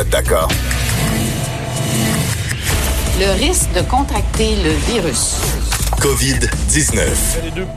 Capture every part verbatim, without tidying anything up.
êtes d'accord. Le risque de contracter le virus. covid dix-neuf.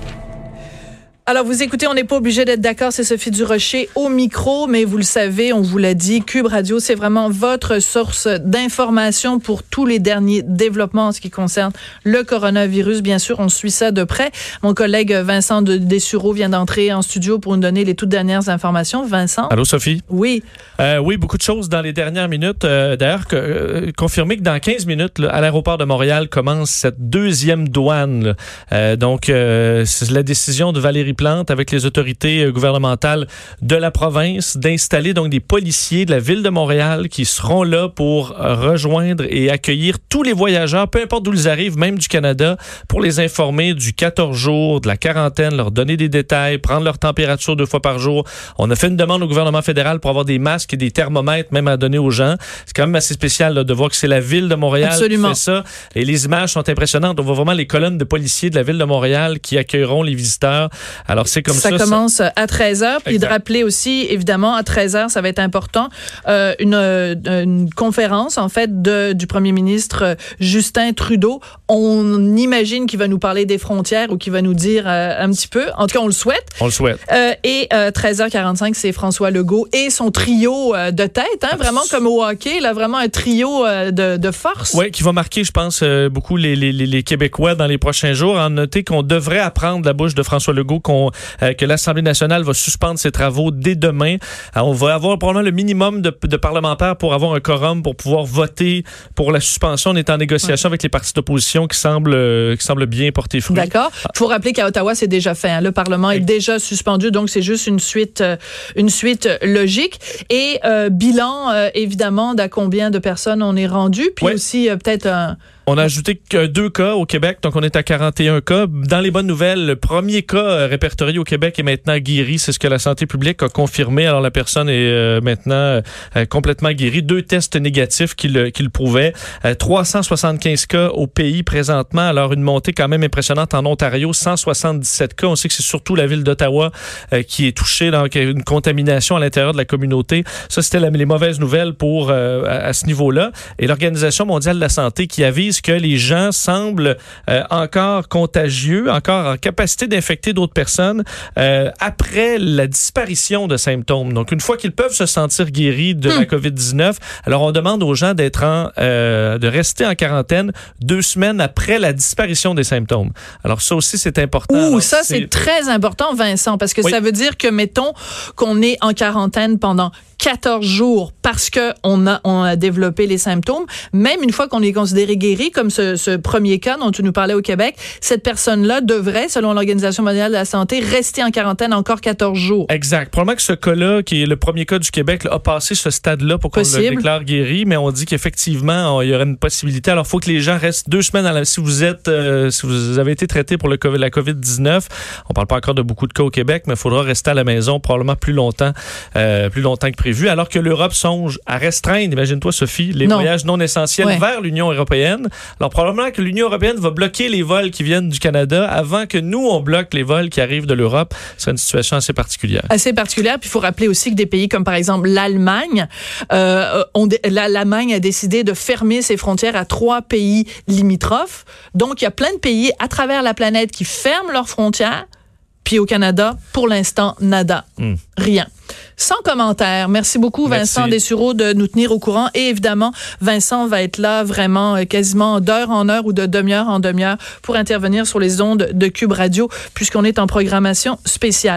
Alors, vous écoutez, on n'est pas obligé d'être d'accord, c'est Sophie Durocher au micro, mais vous le savez, on vous l'a dit, Cube Radio, c'est vraiment votre source d'information pour tous les derniers développements en ce qui concerne le coronavirus. Bien sûr, on suit ça de près. Mon collègue Vincent de Dessureau vient d'entrer en studio pour nous donner les toutes dernières informations. Vincent? Allô, Sophie? Oui. Euh, oui, beaucoup de choses dans les dernières minutes. Euh, d'ailleurs, que, euh, confirmé que dans quinze minutes, là, à l'aéroport de Montréal commence cette deuxième douane. Là. Euh, donc, euh, c'est la décision de Valérie Plante avec les autorités gouvernementales de la province d'installer donc des policiers de la ville de Montréal qui seront là pour rejoindre et accueillir tous les voyageurs, peu importe d'où ils arrivent, même du Canada, pour les informer du quatorze jours, de la quarantaine, leur donner des détails, prendre leur température deux fois par jour. On a fait une demande au gouvernement fédéral pour avoir des masques et des thermomètres même à donner aux gens. C'est quand même assez spécial là, de voir que c'est la ville de Montréal Absolument. qui fait ça. Et les images sont impressionnantes. On voit vraiment les colonnes de policiers de la ville de Montréal qui accueilleront les visiteurs. Alors, c'est comme ça. Ça commence ça... à treize heures. Puis exact. De rappeler aussi, évidemment, à treize heures, ça va être important, euh, une, une conférence, en fait, de, du premier ministre Justin Trudeau. On imagine qu'il va nous parler des frontières ou qu'il va nous dire euh, un petit peu. En tout cas, on le souhaite. On le souhaite. Euh, et euh, treize heures quarante-cinq, c'est François Legault et son trio euh, de tête, hein, vraiment comme au hockey, là, vraiment un trio euh, de, de force. Oui, qui va marquer, je pense, euh, beaucoup les, les, les Québécois dans les prochains jours. En noter qu'on devrait apprendre de la bouche de François Legault qu'on Euh, que l'Assemblée nationale va suspendre ses travaux dès demain. Alors, on va avoir probablement le minimum de, de parlementaires pour avoir un quorum pour pouvoir voter pour la suspension. On est en négociation ouais. avec les partis d'opposition qui semblent, euh, qui semblent bien porter fruit. D'accord. Il faut rappeler qu'à Ottawa, c'est déjà fait. Hein. Le Parlement est déjà suspendu, donc c'est juste une suite, euh, une suite logique. Et euh, bilan, euh, évidemment, d'à combien de personnes on est rendu, puis ouais. aussi euh, peut-être un... On a ajouté que deux cas au Québec, donc on est à quarante et un cas. Dans les bonnes nouvelles, le premier cas répertorié au Québec est maintenant guéri. C'est ce que la santé publique a confirmé. Alors la personne est euh, maintenant euh, complètement guérie. Deux tests négatifs qui le, qui le prouvaient. Euh, trois cent soixante-quinze cas au pays présentement. Alors une montée quand même impressionnante en Ontario, cent soixante-dix-sept cas. On sait que c'est surtout la ville d'Ottawa euh, qui est touchée, donc une contamination à l'intérieur de la communauté. Ça, c'était la, les mauvaises nouvelles pour euh, à, à ce niveau-là. Et l'Organisation mondiale de la santé qui avise que les gens semblent euh, encore contagieux, encore en capacité d'infecter d'autres personnes euh, après la disparition de symptômes. Donc, une fois qu'ils peuvent se sentir guéris de hum. la covid dix-neuf, alors on demande aux gens d'être en, euh, de rester en quarantaine deux semaines après la disparition des symptômes. Alors, ça aussi, c'est important. Ouh, alors, ça, c'est... c'est très important, Vincent, parce que oui. ça veut dire que, mettons, qu'on est en quarantaine pendant quatorze jours parce que on a on a développé les symptômes, même une fois qu'on est considéré guéri, comme ce, ce premier cas dont tu nous parlais au Québec, cette personne-là devrait, selon l'Organisation mondiale de la santé, rester en quarantaine encore quatorze jours. Exact. Probablement que ce cas-là, qui est le premier cas du Québec, là, a passé ce stade-là pour qu'on Possible. le déclare guéri, mais on dit qu'effectivement, il y aurait une possibilité. Alors, il faut que les gens restent deux semaines à la... Si vous êtes, euh, si vous avez été traité pour le COVID, la covid dix-neuf, on parle pas encore de beaucoup de cas au Québec, mais il faudra rester à la maison probablement plus longtemps, euh, plus longtemps que prévu, alors que l'Europe songe à restreindre, imagine-toi Sophie, les non. voyages non essentiels ouais. vers l'Union européenne. Alors probablement que l'Union européenne va bloquer les vols qui viennent du Canada avant que nous, on bloque les vols qui arrivent de l'Europe. C'est une situation assez particulière. Assez particulière, puis il faut rappeler aussi que des pays comme par exemple l'Allemagne, euh, ont, l'Allemagne a décidé de fermer ses frontières à trois pays limitrophes. Donc il y a plein de pays à travers la planète qui ferment leurs frontières. Puis au Canada, pour l'instant, nada. Mm. Rien. Sans commentaire. Merci beaucoup, Vincent Merci. Dessureau, de nous tenir au courant. Et évidemment, Vincent va être là vraiment quasiment d'heure en heure ou de demi-heure en demi-heure pour intervenir sur les ondes de Cube Radio, puisqu'on est en programmation spéciale.